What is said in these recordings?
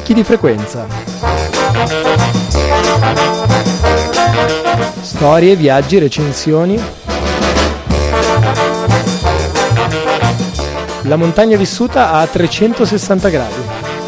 Picchi di frequenza. Storie, viaggi, recensioni. La montagna vissuta a 360 gradi.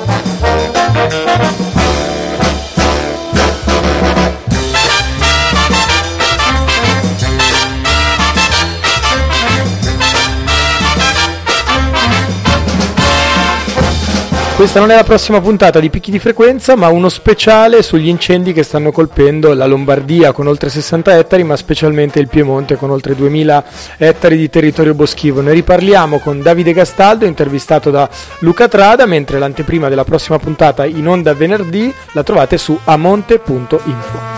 Questa non è la prossima puntata di Picchi di frequenza, ma uno speciale sugli incendi che stanno colpendo la Lombardia con oltre 60 ettari, ma specialmente il Piemonte con oltre 2000 ettari di territorio boschivo. Ne riparliamo con Davide Gastaldo, intervistato da Luca Trada, mentre l'anteprima della prossima puntata in onda venerdì la trovate su amonte.info.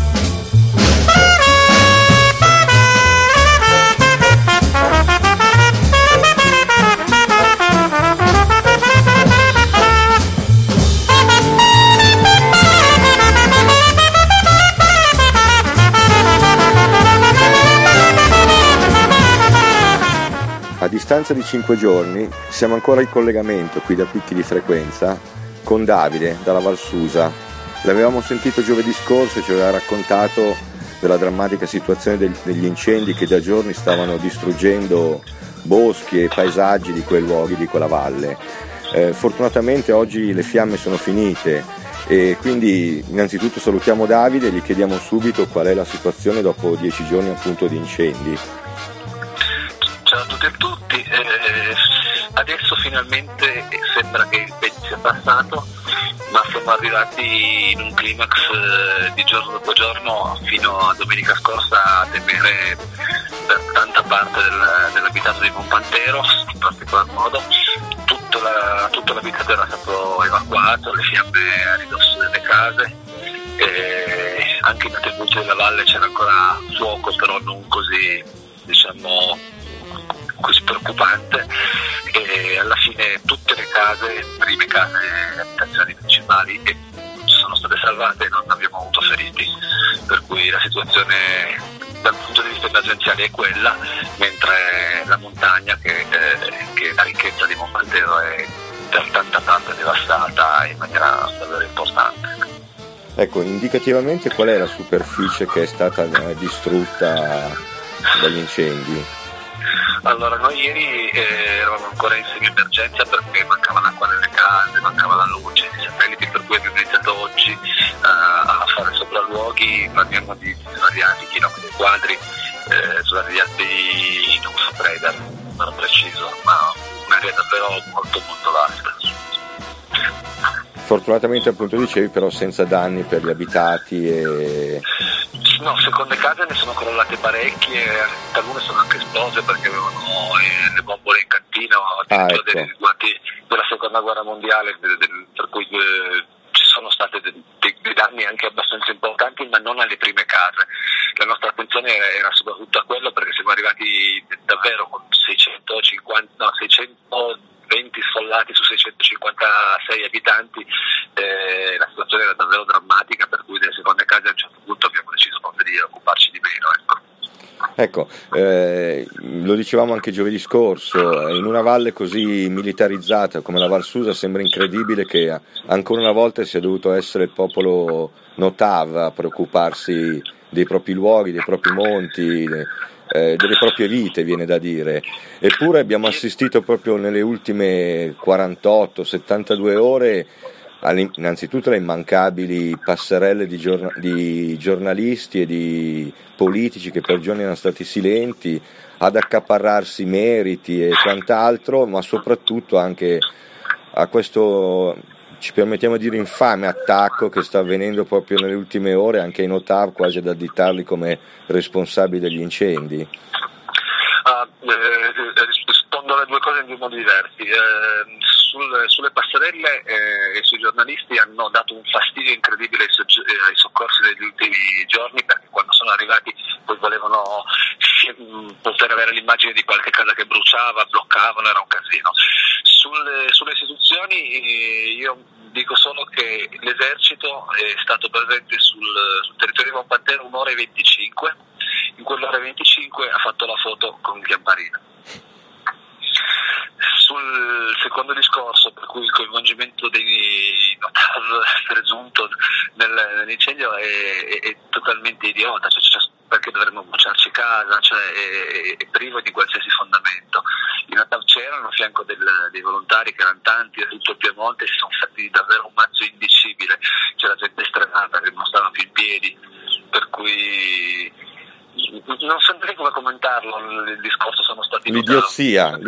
A distanza di 5 giorni siamo ancora in collegamento qui da Picchi di frequenza con Davide dalla Val Susa. L'avevamo sentito giovedì scorso e ci aveva raccontato della drammatica situazione degli incendi che da giorni stavano distruggendo boschi e paesaggi di quei luoghi, di quella valle. Fortunatamente oggi le fiamme sono finite e quindi innanzitutto salutiamo Davide e gli chiediamo subito qual è la situazione dopo 10 giorni appunto di incendi. Ciao a tutti e tutti, adesso finalmente sembra che il peggio sia passato, ma siamo arrivati in un climax di giorno dopo giorno fino a domenica scorsa a temere per tanta parte dell'abitato di Monpantero, in particolar modo. Tutto l'abitato era stato evacuato, le fiamme a ridosso delle case, anche in altri punti della valle c'era ancora fuoco, però non così, così preoccupante, e alla fine tutte le prime case, abitazioni principali sono state salvate e non abbiamo avuto feriti, per cui la situazione dal punto di vista emergenziale è quella, mentre la montagna che è la ricchezza di Monpantero è per tanta parte devastata in maniera davvero importante. Ecco, indicativamente qual è la superficie che è stata distrutta dagli incendi? Allora, noi ieri eravamo ancora in semi-emergenza perché mancava l'acqua nelle case, mancava la luce, i satelliti, per cui abbiamo iniziato oggi a fare sopralluoghi, parliamo di svariati chilometri quadri, svariati, non saprei dare un numero preciso, ma un'area davvero molto molto vasta. Fortunatamente appunto dicevi però senza danni per gli abitati e... No, seconde case ne sono crollate parecchie, talune sono anche esplose perché avevano le bombole in cantina, addirittura ecco. dei riguardi della seconda guerra mondiale, per cui ci sono stati dei danni anche abbastanza importanti, ma non alle prime case. La nostra attenzione era soprattutto a quello perché siamo arrivati davvero con 620 sfollati su 656 abitanti, la situazione era davvero drammatica, per cui nelle seconde case a un certo punto abbiamo deciso proprio di occuparci di meno. Ecco, lo dicevamo anche giovedì scorso, in una valle così militarizzata come la Val Susa sembra incredibile che ancora una volta sia dovuto essere il popolo Notav a preoccuparsi dei propri luoghi, dei propri monti, delle proprie vite, viene da dire. Eppure abbiamo assistito proprio nelle ultime 48-72 ore innanzitutto alle immancabili passerelle di giornalisti e di politici che per giorni erano stati silenti, ad accaparrarsi meriti e quant'altro, ma soprattutto anche a questo, ci permettiamo di dire, infame attacco che sta avvenendo proprio nelle ultime ore anche ai Notav, quasi ad additarli come responsabili degli incendi. Rispondo alle due cose in due modi diversi. Sulle passerelle e sui giornalisti hanno dato un fastidio incredibile ai soccorsi degli ultimi giorni, perché quando sono arrivati poi volevano poter avere l'immagine di qualche casa che bruciava, bloccavano, era un casino. Sulle istituzioni io dico solo che l'esercito è stato presente sul territorio di Monpantero 1 ora e 25, in quell'ora e 25 ha fatto la foto con Chiamparino. Sul secondo discorso, per cui il coinvolgimento dei Notav nell'incendio è totalmente idiota, cioè, perché dovremmo bruciarci casa, cioè è privo di qualsiasi fondamento. In realtà c'erano a fianco dei volontari che erano tanti da tutto il Piemonte, si sono fatti davvero un mazzo indicibile, c'era gente stremata che non stava più in piedi, per cui non saprei come commentarlo il discorso. Sono stati l'idiozia,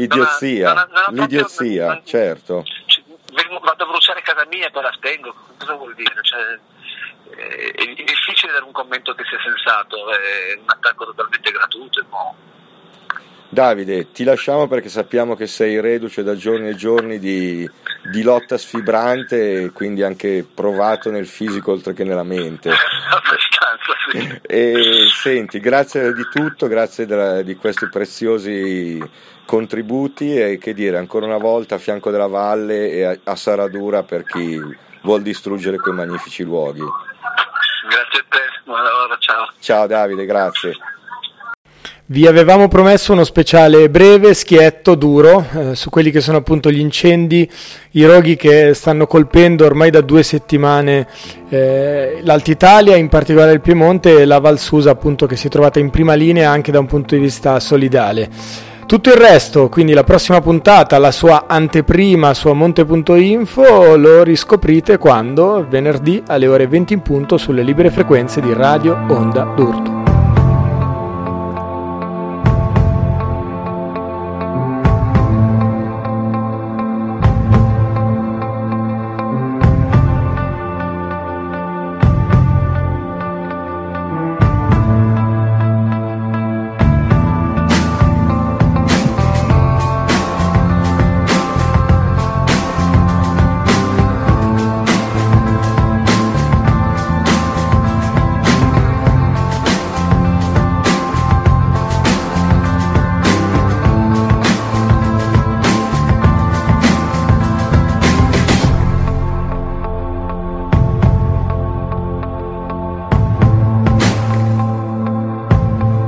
certo. Vado a bruciare casa mia e poi la spengo, cosa vuol dire? Cioè, è difficile dare un commento che sia sensato, è un attacco totalmente gratuito. No? Davide, ti lasciamo perché sappiamo che sei reduce da giorni e giorni di lotta sfibrante e quindi anche provato nel fisico oltre che nella mente. Abbastanza, sì. E senti, grazie di tutto, grazie di questi preziosi contributi e che dire, ancora una volta a fianco della valle e a Saradura per chi vuol distruggere quei magnifici luoghi. Grazie a te, buon lavoro, ciao. Ciao Davide, grazie. Vi avevamo promesso uno speciale breve, schietto, duro, su quelli che sono appunto gli incendi, i roghi che stanno colpendo ormai da 2 settimane l'Alta Italia, in particolare il Piemonte, e la Val Susa appunto che si è trovata in prima linea anche da un punto di vista solidale. Tutto il resto, quindi la prossima puntata, la sua anteprima su amonte.info, lo riscoprite quando? Venerdì alle ore 20 in punto sulle libere frequenze di Radio Onda d'Urto.